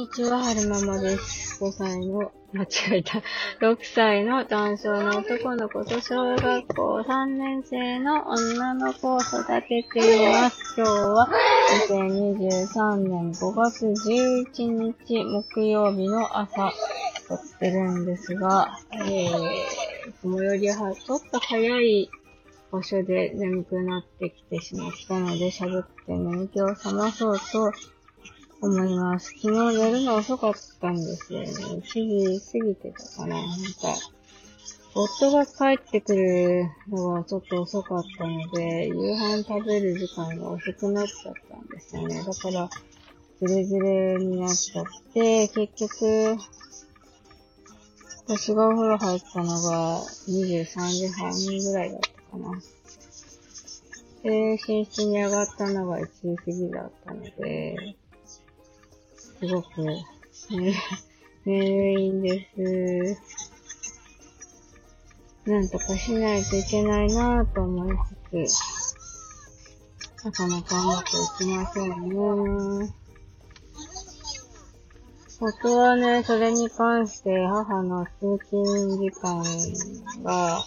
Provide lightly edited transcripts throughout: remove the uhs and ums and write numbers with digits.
ちは、はるままです。6歳の男性の男の子と小学校3年生の女の子を育てています。今日は2023年5月11日木曜日の朝撮ってるんですが、いつもよりちょっと早い場所で眠くなってきてしまったので喋って眠気を覚まそうと思います。昨日寝るの遅かったんですよね。1時過ぎてたかな。夫が帰ってくるのがちょっと遅かったので、夕飯食べる時間が遅くなっちゃったんですよね。だから、ズレズレになっちゃって、結局、私がお風呂入ったのが23時半ぐらいだったかな。で、寝室に上がったのが1時過ぎだったので、すごく眠いんです。なんとかしないといけないなぁと思いつつ、なかなかうまくいきませんね。僕はね、それに関して母の通勤時間が、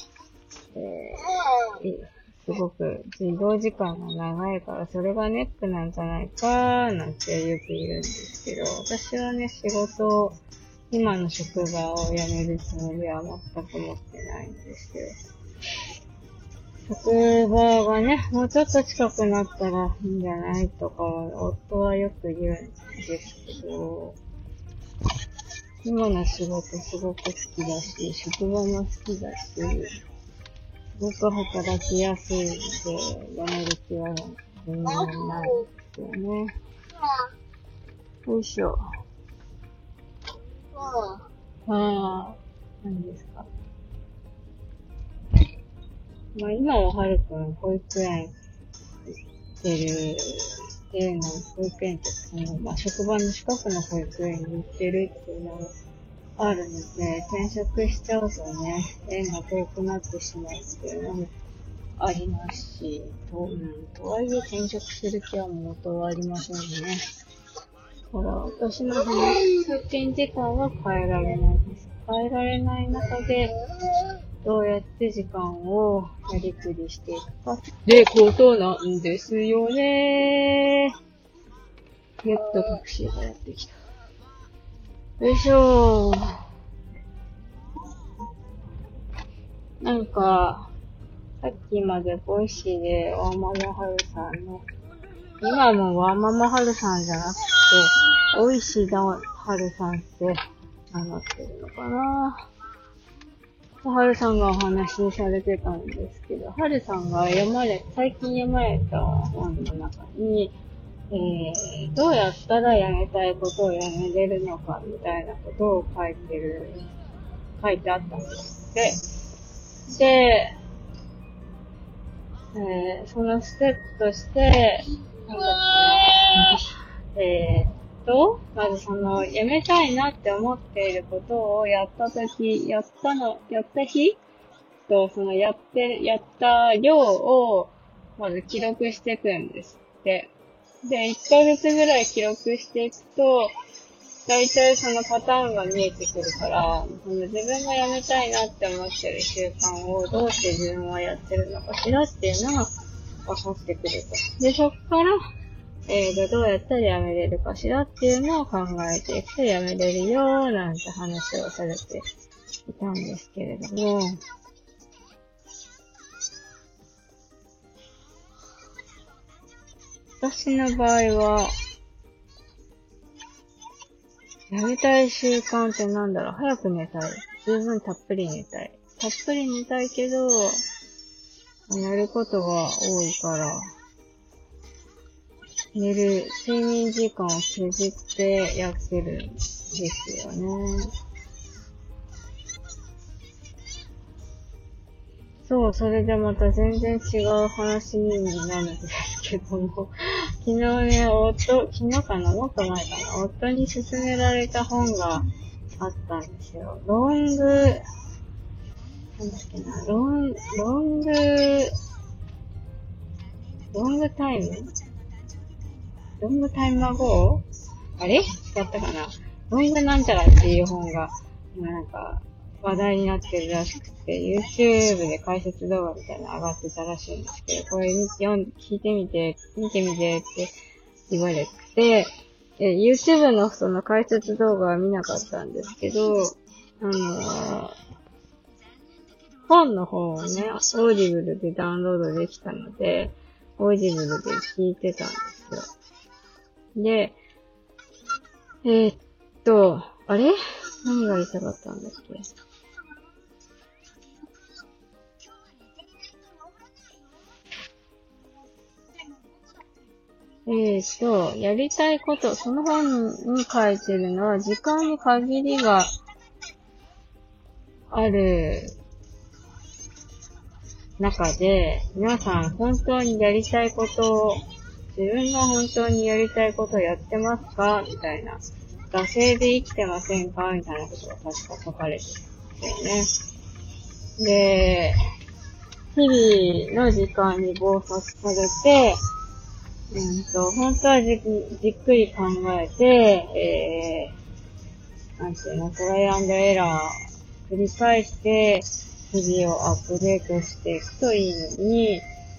すごく移動時間が長いから、それがネックなんじゃないかなんてよく言うんですけど、私はね、今の職場を辞めるつもりは全く持ってないんですよ。職場がね、もうちょっと近くなったらいいんじゃないとか、夫はよく言うんですけど、今の仕事すごく好きだし、職場も好きだし、すごく働きやすいので、辞める気は全然ないですよね。よいしょ。何ですか。今ははるくん保育園行ってるの、保育園って職場の近くの保育園に行ってるっていうのがあるので、転職しちゃうとね、縁が遠くなってしまうっていうのもありますし、とはいえ転職する気は元はありませんね。ほら、私の通勤時間は変えられないです。変えられない中で、どうやって時間をやりくりしていくかってことなんですよね。やっとタクシーがやってきた。よいしょー。さっきまでボイシーでワーママハルさんの、今もワーママハルさんじゃなくて、ボイシーのハルさんって名乗ってるのかな。ハルさんがお話しされてたんですけど、ハルさんが最近読まれた本の中に、どうやったらやめたいことをやめれるのかみたいなことを書いてあったんですって。で、そのステップとして、まずやめたいなって思っていることをやった日と、やった量を、まず記録していくんですって。で、1ヶ月ぐらい記録していくと、だいたいそのパターンが見えてくるから、自分がやめたいなって思ってる習慣をどうして自分はやってるのかしらっていうのが分かってくると。で、そっから、どうやったらやめれるかしらっていうのを考えていくとやめれるよなんて話をされていたんですけれども、私の場合は、やめたい習慣ってなんだろう。早く寝たい。十分たっぷり寝たい。たっぷり寝たいけど、やることが多いから、睡眠時間を削ってやってるんですよね。そう、それでまた全然違う話になるんですけども、昨日ね、昨日かなもっと前かな夫に勧められた本があったんですよ。ロングタイムアゴーあれ違ったかなロングなんちゃらっていう本が、今なんか、話題になってるらしくて、YouTube で解説動画みたいなの上がってたらしいんですけど、これ聞いてみて、見てみてって言われて、YouTube のその解説動画は見なかったんですけど、本の方をね、オーディブルでダウンロードできたので、オーディブルで聞いてたんですよ。で、あれ何が言いたかったんだっけ。やりたいこと、その本に書いてるのは、時間に限りがある中で、皆さん本当にやりたいことを、自分が本当にやりたいことをやってますかみたいな。惰性で生きてませんかみたいなことが確か書かれてるんですよね。で、日々の時間に暴殺されて、本当はじっくり考えて、なんていうの、トライアンドエラー繰り返して、日々をアップデートしていくといいのに、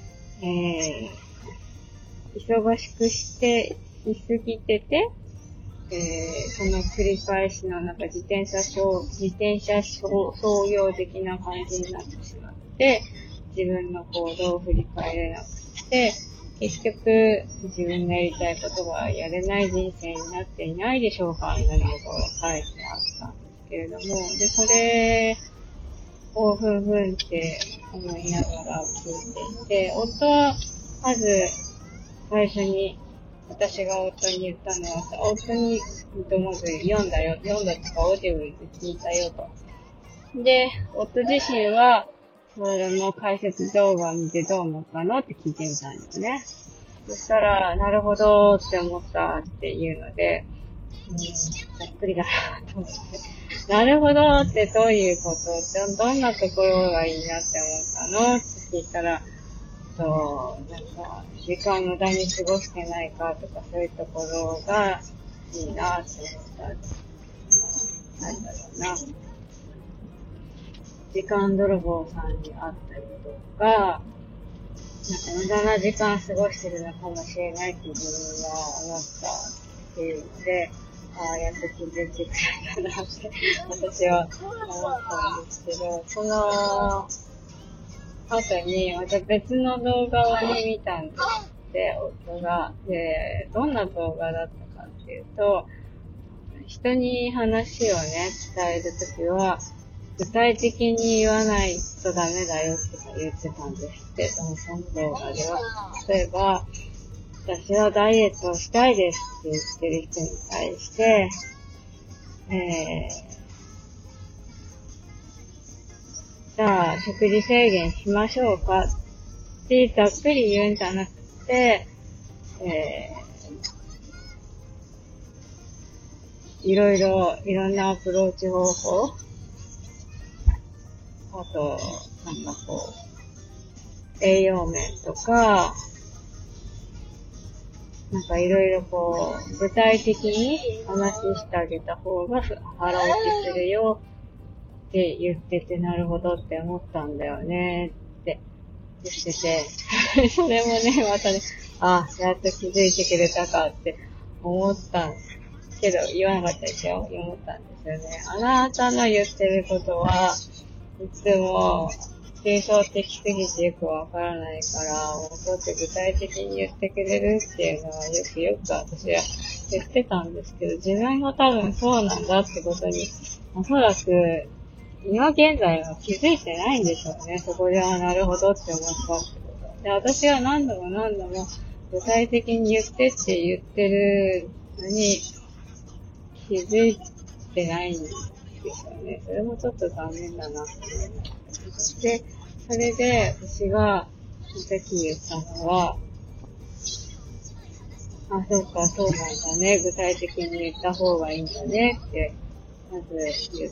忙しくしすぎてて、その繰り返しのなんか自転車操業的な感じになってしまって、自分の行動を振り返れなくて、結局、自分のやりたいことがやれない人生になっていないでしょうかみたいなことが書いてあったんですけれども、で、それをふんふんって思いながら聞いていて、夫は、まず、最初に、私が夫に言ったのは、夫に、まず読んだとか、オーディブルで聞いたよと。で、夫自身は、それの解説動画を見てどう思ったのって聞いてみたんですね。そしたら、なるほどって思ったっていうので、ざっくりだなと思って。なるほどってどういうことどんなところがいいなって思ったのって聞いたら、なんか、時間無駄に過ごしてないかとか、そういうところがいいなって思った。なんだろうな。時間泥棒さんに会ったりとか、なんか無駄な時間過ごしてるのかもしれないって自分が思ったっていうので、やっと気づいてくれたなって私は思ったんですけど、その後にまた別の動画を見たんですって、夫が。で、どんな動画だったかっていうと、人に話をね、伝えるときは、具体的に言わないとダメだよとか言ってたんですって、その動画では。例えば、私はダイエットをしたいですって言ってる人に対して、じゃあ食事制限しましょうかってざっくり言うんじゃなくて、いろんなアプローチ方法、あと、なんかこう、栄養面とか、なんかいろいろこう、具体的に話してあげた方が腹落ちするよって言ってて、なるほどって思ったんだよねって言ってて、それもね、またね、やっと気づいてくれたかって思ったんですけど、言わなかったでしょ？思ったんですよね。あなたの言ってることは、いつも、抽象的すぎてよくわからないから、もうちょっと具体的に言ってくれるっていうのはよく私は言ってたんですけど、自分が多分そうなんだってことに、おそらく、今現在は気づいてないんでしょうね。そこではなるほどって思ったってこと。で、私は何度も具体的に言ってって言ってるのに、気づいてないんですよね。それもちょっと残念だなって思いました。で、それで私がさっき言ったのは、そうか、そうなんだね。具体的に言った方がいいんだねって、まず言って、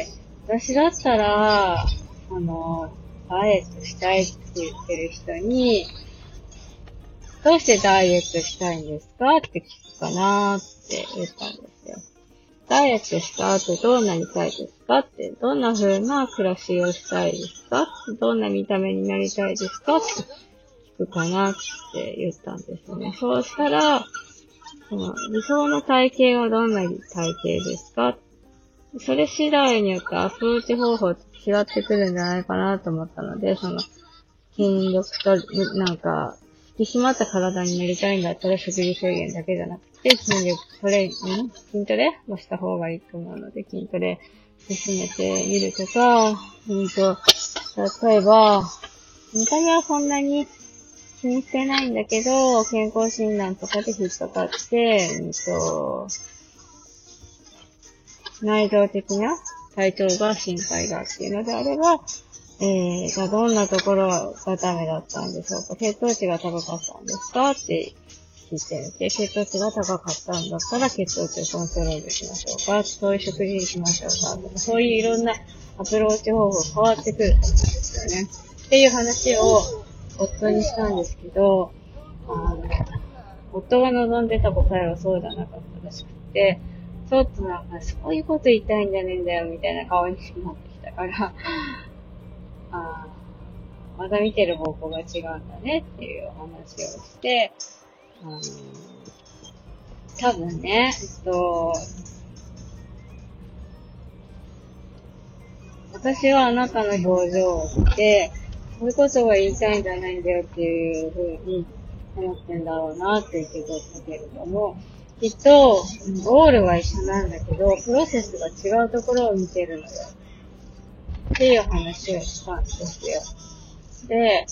私だったら、ダイエットしたいって言ってる人に、どうしてダイエットしたいんですかって聞くかなーって言ったんですよ。 ダイエットした後どうなりたいですかって、どんな風な暮らしをしたいですかって、どんな見た目になりたいですかって聞くかなって言ったんですよね。そうしたら、理想の体型はどんな体型ですか？それ次第によってアプローチ方法違ってくるんじゃないかなと思ったので、筋力と、引き締まった体になりたいんだったら食事制限だけじゃなくて、筋トレもした方がいいと思うので、筋トレ進めてみるとか、例えば、見た目はそんなに気にしてないんだけど、健康診断とかで引っかかって、内臓的な体調が心配だっていうのであれば、じゃあどんなところがダメだったんでしょうか？血糖値が高かったんですかって聞いてみて、血糖値が高かったんだったら血糖値をコントロールしましょうか？そういう食事にしましょうか？とか、そういういろんなアプローチ方法変わってくると思うんですよね。っていう話を夫にしたんですけど、夫が望んでた答えはそうじゃなかったらしくて、ちょっとそういうこと言いたいんじゃねえんだよみたいな顔になってきたから、また見てる方向が違うんだねっていうお話をして、多分ね、私はあなたの表情を見て、そういうことが言いたいんじゃないんだよっていうふうに思ってんだろうなって受け取ったけれども、きっと、ゴールは一緒なんだけど、プロセスが違うところを見てるのよ。っていう話をしたんですよ。で、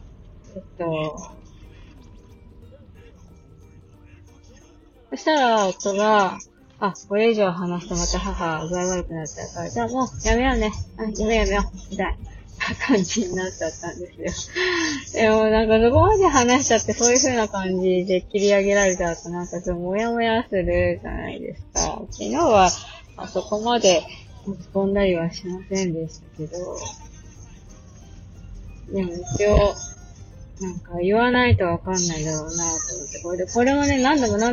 そしたら夫が、これ以上話すとまた母具合悪くなっちゃうから、じゃあもうやめようね。やめよう。みたいな感じになっちゃったんですよ。でもそこまで話しちゃってそういう風な感じで切り上げられちゃうとちょっとモヤモヤするじゃないですか。昨日は、そこまで落ち込んだりはしませんでしたけど、でも一応、言わないとわかんないだろうなと思って、これもね、何度も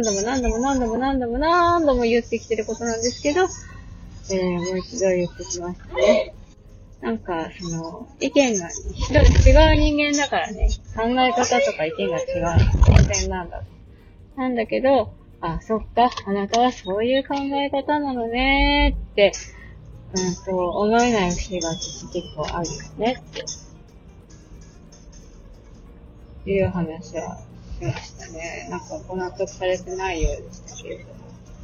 言ってきてることなんですけど、もう一度言ってきましたね。意見が違う人間だからね、考え方とか意見が違う。当然なんだけど、そっか、あなたはそういう考え方なのねーって、思えない節が結構あるよねって。いう話はしましたね。ご納得されてないようでしたけれども。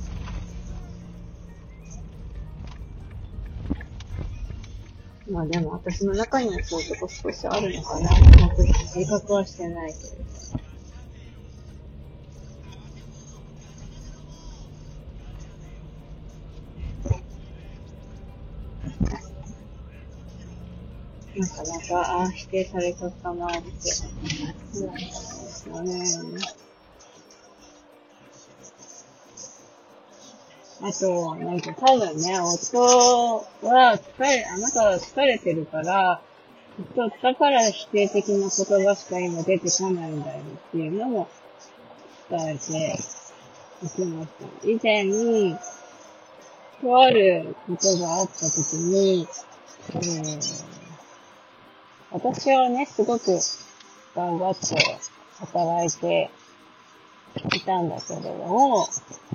でも私の中にはそういうとこ少しあるのかな。自覚はしてないけれど。なかなか否定されちゃったなって思うんですよね。あと、多分ね、夫はあなたは疲れてるから、だから否定的な言葉しか今出てこないんだよっていうのも伝えていきました。以前、とあることがあったときに、私はね、すごく頑張って働いていたんだけれども、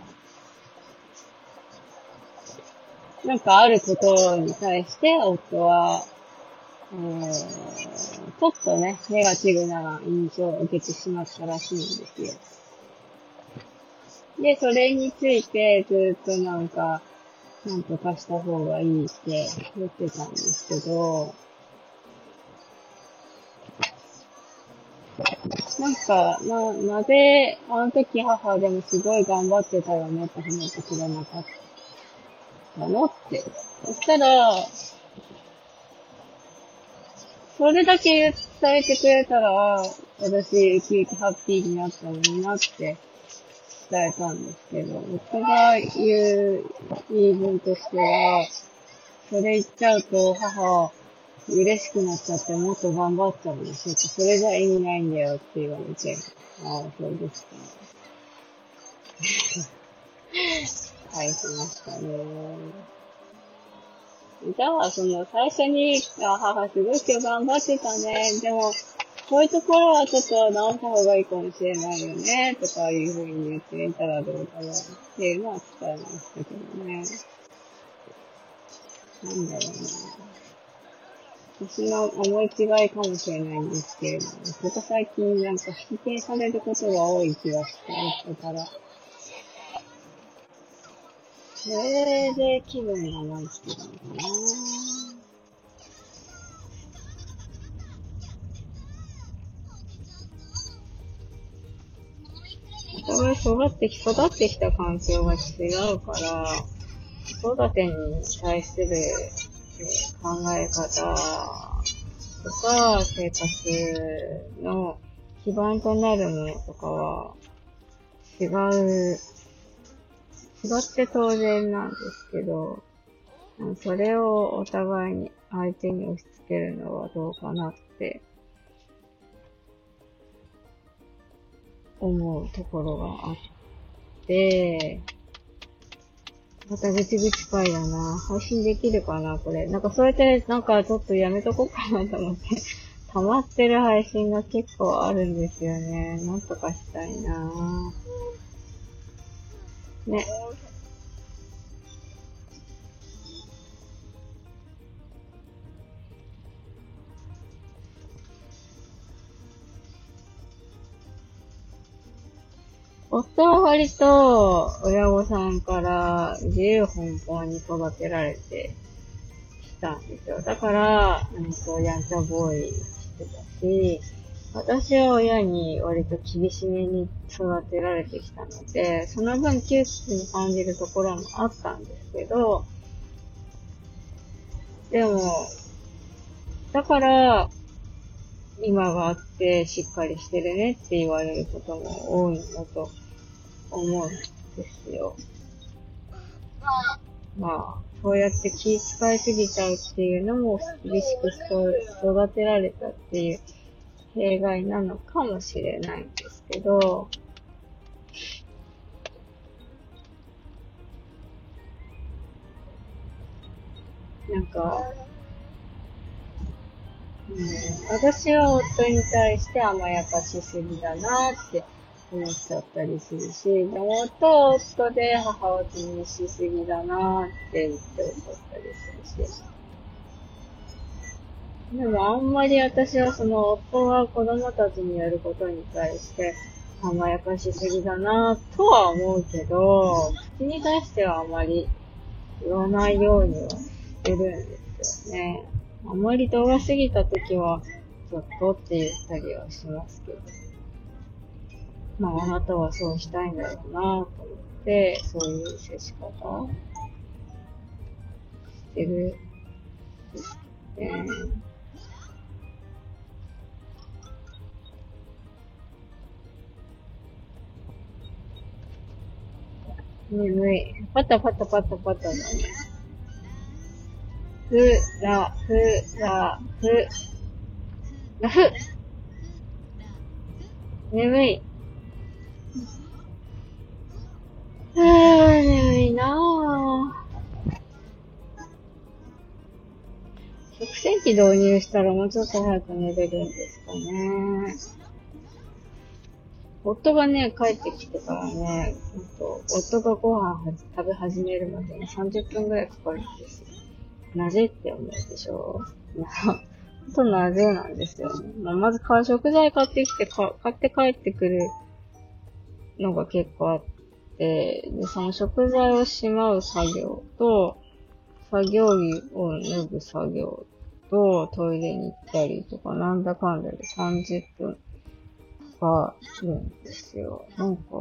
あることに対して夫は、ちょっとね、ネガティブな印象を受けてしまったらしいんですよ。で、それについてずっとなんとかした方がいいって言ってたんですけど、なぜ、あの時母でもすごい頑張ってたよねって話してくれなかったのって。そしたら、それだけ伝えてくれたら、私、ウキウキハッピーになったのになって伝えたんですけど、夫が言う言い分としては、それ言っちゃうと母は嬉しくなっちゃってもっと頑張っちゃうんでしょって、それじゃ意味ないんだよって言われて、そうです返しましたね。じゃあ、最初に、母すごい今日頑張ってたね。でも、こういうところはちょっと直した方がいいかもしれないよね、とかいうふうに言ってみたらどうだろうっていうのは伝えましたけどね。なんだろうな。私の思い違いかもしれないんですけれども、ここ最近なんか否定されることが多い気がして、だから、それで気分がないっていうのかな。お互い育ってきた環境が違うから、子育てに対する考え方とか、生活の基盤となるものとかは違って当然なんですけど、それをお互いに相手に押し付けるのはどうかなって思うところがあって、またぐちぐち会だな。配信できるかなこれ。なんかそうやって、なんかちょっとやめとこうかなと思って。溜まってる配信が結構あるんですよね。なんとかしたいなね。夫は割と親御さんから自由奔放に育てられてきたんですよ。だから、やんちゃボーイしてたし、私は親に割と厳しめに育てられてきたので、その分窮屈に感じるところもあったんですけど、でも、だから、今があってしっかりしてるねって言われることも多いんだと思うんですよ。まあ、そうやって気遣いすぎちゃうっていうのも厳しく育てられたっていう弊害なのかもしれないんですけど、なんか、私は夫に対して甘やかしすぎだなって思っちゃったりするし、でも夫は夫で母を気にしすぎだなって言って怒ったりするし。でもあんまり私は夫が子供たちにやることに対して甘やかしすぎだなとは思うけど、口に出してはあまり言わないようにはしてるんですよね。あまり動画過ぎたときは、ちょっとって言ったりはしますけど。まあ、あなたはそうしたいんだろうなと思って、そういう接し方してるね。眠い。パタパタパタパタだね。ふ、ら、ふ、ら、ふ、ら、ふ。眠い。眠いなぁ。食洗機導入したらもうちょっと早く寝れるんですかね。夫がね、帰ってきてからね、夫がご飯食べ始めるまでに30分くらいかかるんですよ。なぜって思うでしょほんとなぜなんですよね。まず食材買ってきて買って帰ってくるのが結構あって、で、その食材をしまう作業と、作業着を脱ぐ作業と、トイレに行ったりとか、なんだかんだで30分かかるんですよ。なんか、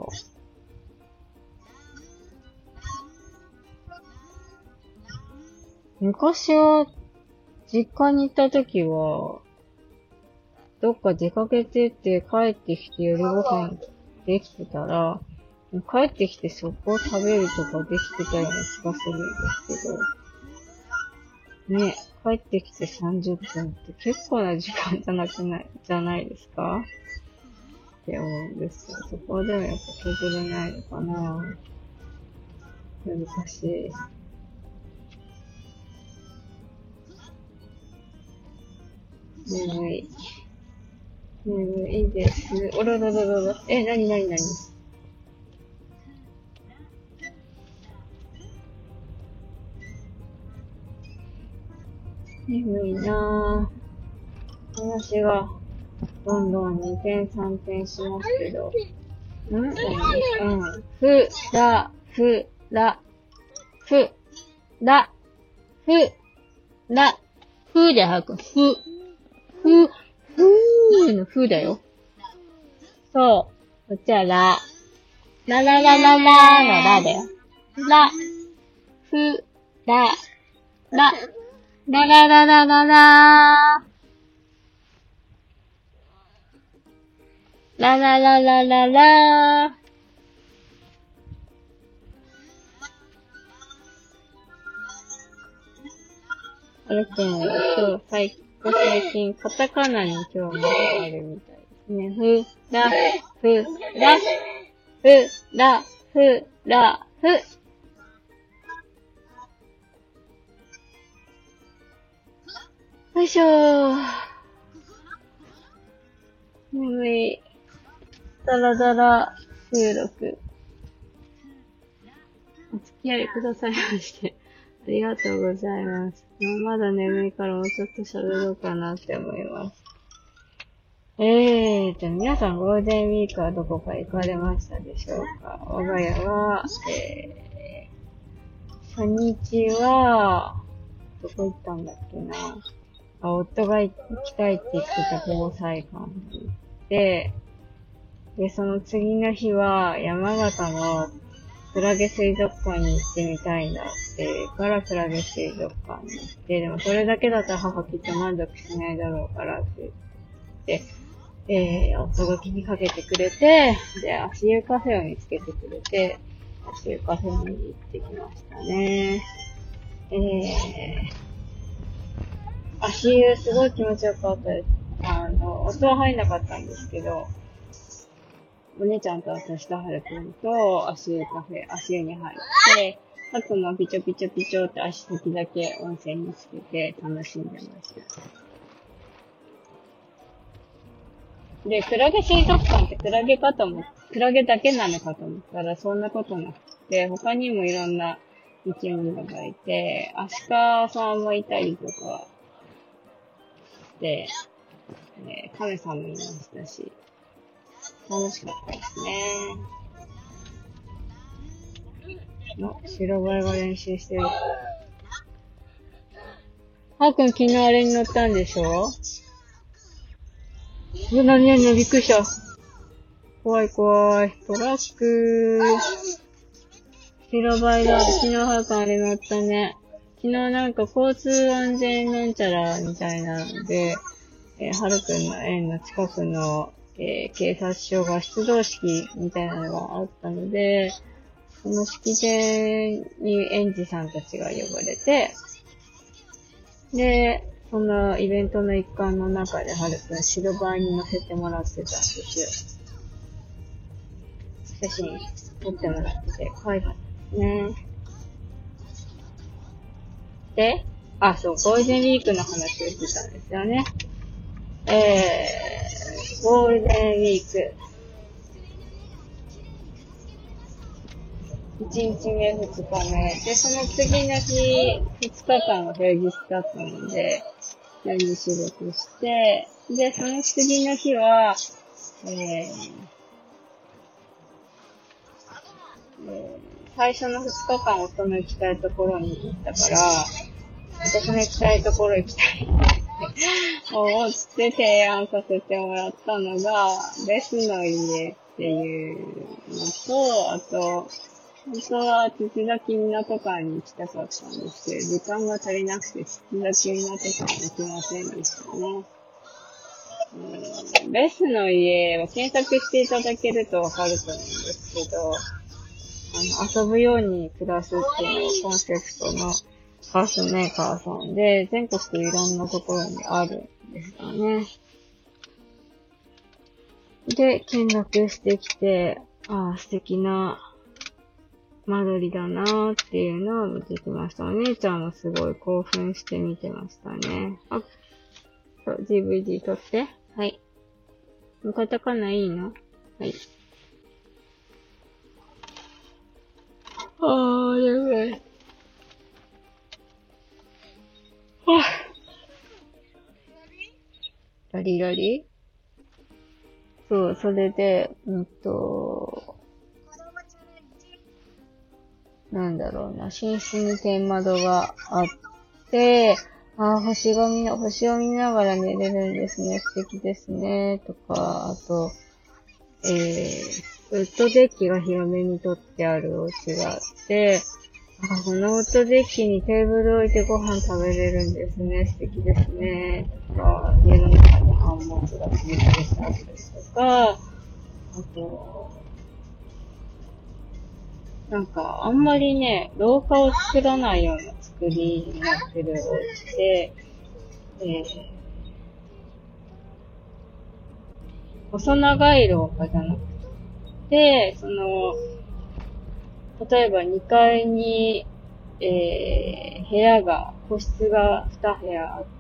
昔は、実家に行った時は、どっか出かけてって帰ってきて夜ご飯できてたら、帰ってきてそこを食べるとかできてたような気がするんですけど、ね、帰ってきて30分って結構な時間じゃないですかって思うんですけど、そこでもやっぱ削れないのかな。 難しい。眠い。眠いです。おろろろろろ。なになになに？眠いなぁ。話が、どんどん2点3点しますけど。ふ、ら、ふ、ら、ふ、ら、ふ、ら、ふで吐く。ふ、ふ、ふーのふだよ。そう。こっちはら。らららららのらだよ。ら、ふ、ら、ら、ららららららららららららあれってね、最近、カタカナに興味があるみたいですね。ふ、ら、ふ、ら、ふ、ら、ふ、ら、ふ。よいしょー。眠い。だらだら収録。お付き合いくださいまして、ありがとうございます。まだ眠いからもうちょっと喋ろうかなって思います。皆さんゴールデンウィークはどこか行かれましたでしょうか？我が家は、初日は、どこ行ったんだっけな。夫が行きたいって言ってた防災館に行って、で、その次の日は山形のクラゲ水族館に行ってみたいんだって言うからクラゲ水族館に行って、でもそれだけだったら母きっと満足しないだろうからって言って、夫が気にかけてくれて、で、足湯カフェを見つけてくれて、足湯カフェに行ってきましたね。足湯すごい気持ちよかったです。夫は入んなかったんですけど、お姉ちゃんと私とはるくんと足湯に入って、あとピチョピチョピチョって足先だけ温泉につけて楽しんでました。で、クラゲ水族館ってクラゲだけなのかと思ったらそんなことなくて、他にもいろんな生き物がいて、アシカさんもいたりとかして、カメさんもいましたし、楽しかったですね。白バイが練習してる。はーくん昨日あれに乗ったんでしょ？何びっくりした。怖い。トラック。白バイだ。昨日はーくんあれ乗ったね。昨日なんか交通安全なんちゃらみたいなので、はるくんの園の近くの、警察署が出動式みたいなのがあったので、その式典に園児さんたちが呼ばれて、で、そのイベントの一環の中ではるくん白バイに乗せてもらってたんですよ。写真撮ってもらってて可愛かったですね。で、そう、ゴールデンウィークの話をしてたんですよね。ゴールデンウィーク。1日目、2日目。で、その次の日、2日間は平日だったので、夜に仕事して、で、その次の日は、最初の2日間夫の行きたいところに行ったから、私の行きたいところ行きたいって思って提案させてもらったのが、レスの家っていうのと、あと、本当は土崎港館に行きたかったんですけど、時間が足りなくて土崎港館に行きませんでしたね。レスの家は検索していただけるとわかると思うんですけど、遊ぶように暮らすっていうのがコンセプトのハウスメーカーさんで、全国いろんなところにあるんですよね。で、見学してきて、素敵な間取りだなーっていうのを見てきました。お姉ちゃんもすごい興奮して見てましたね。あ、そう、DVD 撮って。はい。カタカナいいの？はい。やばい。はぁ。ラリラリ？そう、それで、なんだろうな、寝室に天窓があって、星を見ながら寝れるんですね。素敵ですね。とか、あと、ウッドデッキが広めに取ってあるお家があって、このウッドデッキにテーブル置いてご飯食べれるんですね。素敵ですね。とか、家の中にハンモックがついてあったりとか、あと、なんか、あんまりね、廊下を作らないような作りになってるお家で、細長い廊下じゃなくて、例えば2階に、個室が2部屋あって、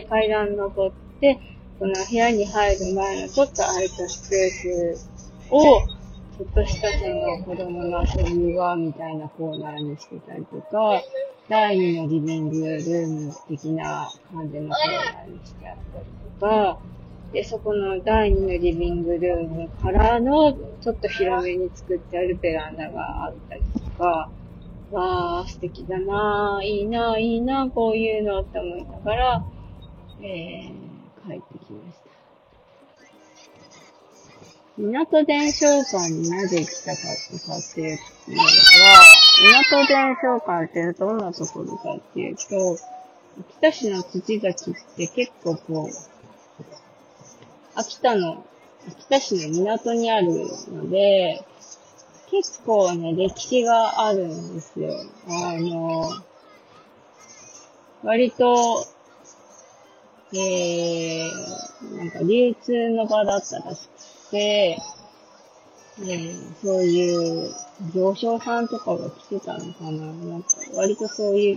階段登って、その部屋に入る前のちょっと空いたスペースを、ちょっとした子供の遊び場みたいなコーナーにしてたりとか、第2のリビングルーム的な感じのコーナーにしてあったりとか、で、そこの第2のリビングルームからのちょっと広めに作ってあるベランダがあったりとか、わー、素敵だなー、いいなー、こういうのって思いながら、帰ってきました。港伝承館になぜ行きたかっていうのは、港伝承館ってどんなところかっていうと、秋田市の土崎って結構秋田市の港にあるので、結構ね、歴史があるんですよ。割と、なんか流通の場だったらしくて、そういう行商さんとかが来てたのかな。なんか割とそういった、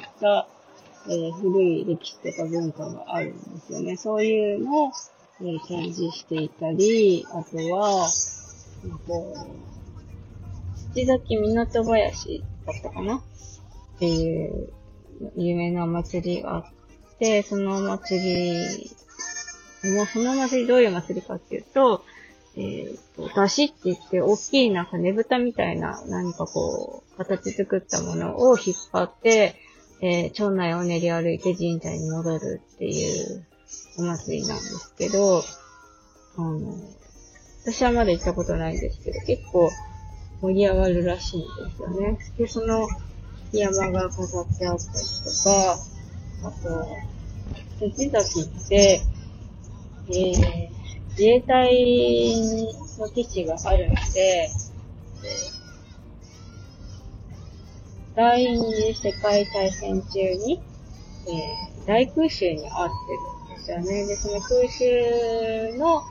古い歴史とか文化があるんですよね。そういうのを、展示していたり、あとは、土崎港林だったかなっていう有名なお祭りがあって、そのお祭りどういう祭りかっていうと、出汁って言って大きいなんかねぶたみたいな何か形作ったものを引っ張って、町内を練り歩いて神社に戻るっていうお祭りなんですけど、私はまだ行ったことないんですけど、結構盛り上がるらしいんですよね。で、その山が飾ってあったりとか、あと、土崎って、自衛隊の基地があるので、第二次世界大戦中に、大空襲に遭ってるんですよね。で、その空襲の、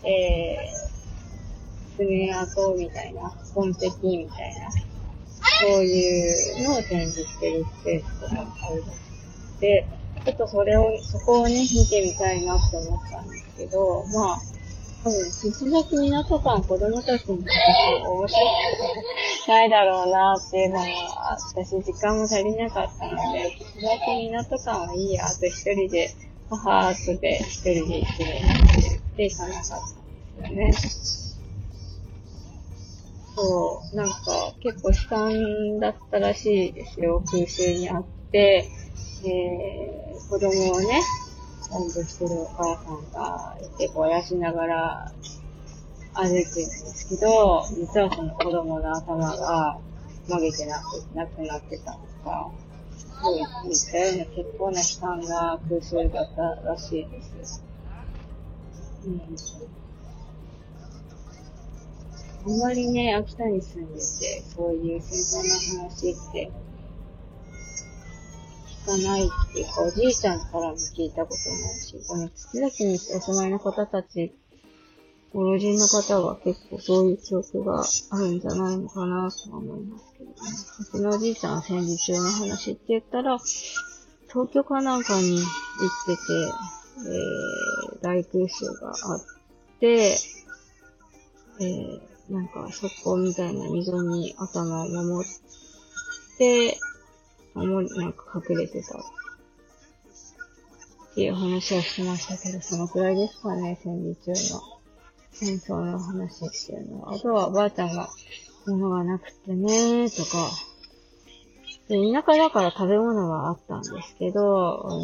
爪痕みたいな、痕跡みたいな、そういうのを展示してるスペースとかもあるので、ちょっとそこをね、見てみたいなって思ったんですけど、まあ、多分、土崎港館子供たちにとって面白くないだろうなっていうのも、私時間も足りなかったので、土崎港館はいいや、あと一人で、母後で一人で行くって行かなかったんですよね。そう、なんか結構悲惨だったらしいですよ、空襲にあって、子供をね、おんぶしてるお母さんがいて、やしながら歩いてるんですけど、実はその子供の頭が曲げてなくなってたとか、そういったような結構な悲惨な空襲だったらしいです。あんまりね、秋田に住んでて、そういう戦争の話って聞かないっていうか、おじいちゃんからも聞いたことないし、この土崎にお住まいの方たちご老人の方は結構そういう記憶があるんじゃないのかなとは思いますけどね。うちのおじいちゃんは戦時中の話って言ったら、東京かなんかに行ってて、大空襲があって、なんか側溝みたいな溝に頭を守って、なんか隠れてたっていう話をしてましたけど、そのくらいですかね、戦時中の戦争の話っていうのは。あとはおばあちゃんが物がなくてね、とか。で、田舎だから食べ物はあったんですけど、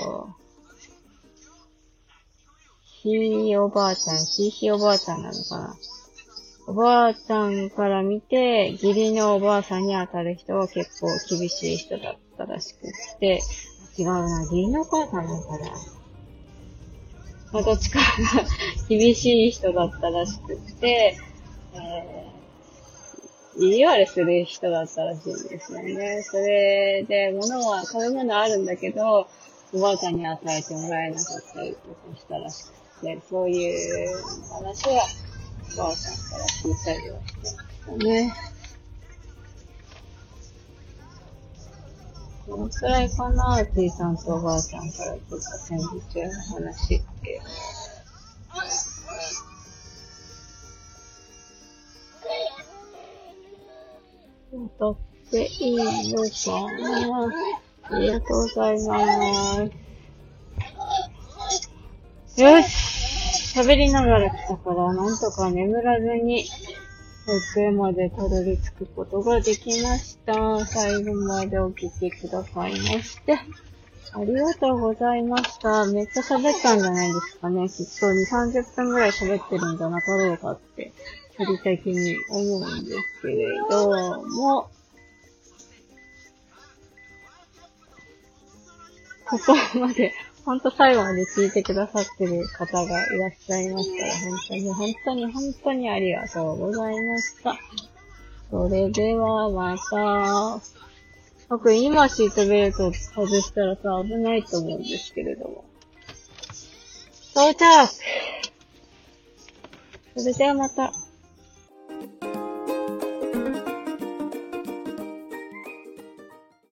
ひいおばあちゃんなのかな。おばあちゃんから見て、義理のおばあさんに当たる人は結構厳しい人だったらしくって、違うな、義理のお母さんなのかな。まあ、どっちかが厳しい人だったらしくって、意地悪する人だったらしいんですよね。それで、食べ物あるんだけど、おばあちゃんに与えてもらえなかったりとかしたらしくて、そういう話は、おばあちゃんから聞いたりはしてましたね。このくらいかな、じいさんとおばあちゃんから聞いた戦時中の話っていう。歌っていいのかな。ありがとうございます。よし、喋りながら来たから、なんとか眠らずに、保育園までたどり着くことができました。最後までお聞きくださいまして、ありがとうございました。めっちゃ喋ったんじゃないですかね。きっと2、30分ぐらい喋ってるんじゃなかろうかって、距離的に思うんですけれども、ここまで、ほんと最後まで聞いてくださってる方がいらっしゃいましたら、本当にありがとうございました。それではまた。僕、今シートベルト外したらさ、危ないと思うんですけれども。到着！それではまた。